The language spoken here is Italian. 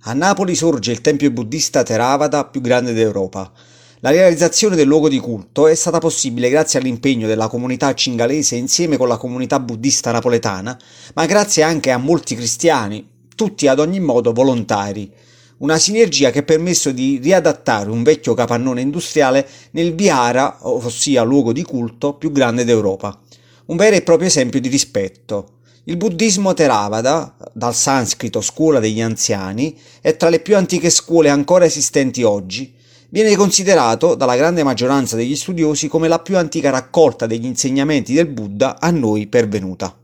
A Napoli sorge il tempio buddista Theravada più grande d'Europa. La realizzazione del luogo di culto è stata possibile grazie all'impegno della comunità cingalese insieme con la comunità buddista napoletana, ma grazie anche a molti cristiani, tutti ad ogni modo volontari. Una sinergia che ha permesso di riadattare un vecchio capannone industriale nel Vihara, ossia luogo di culto più grande d'Europa. Un vero e proprio esempio di rispetto. Il buddismo Theravada, dal sanscrito scuola degli anziani, è tra le più antiche scuole ancora esistenti oggi. Viene considerato dalla grande maggioranza degli studiosi come la più antica raccolta degli insegnamenti del Buddha a noi pervenuta.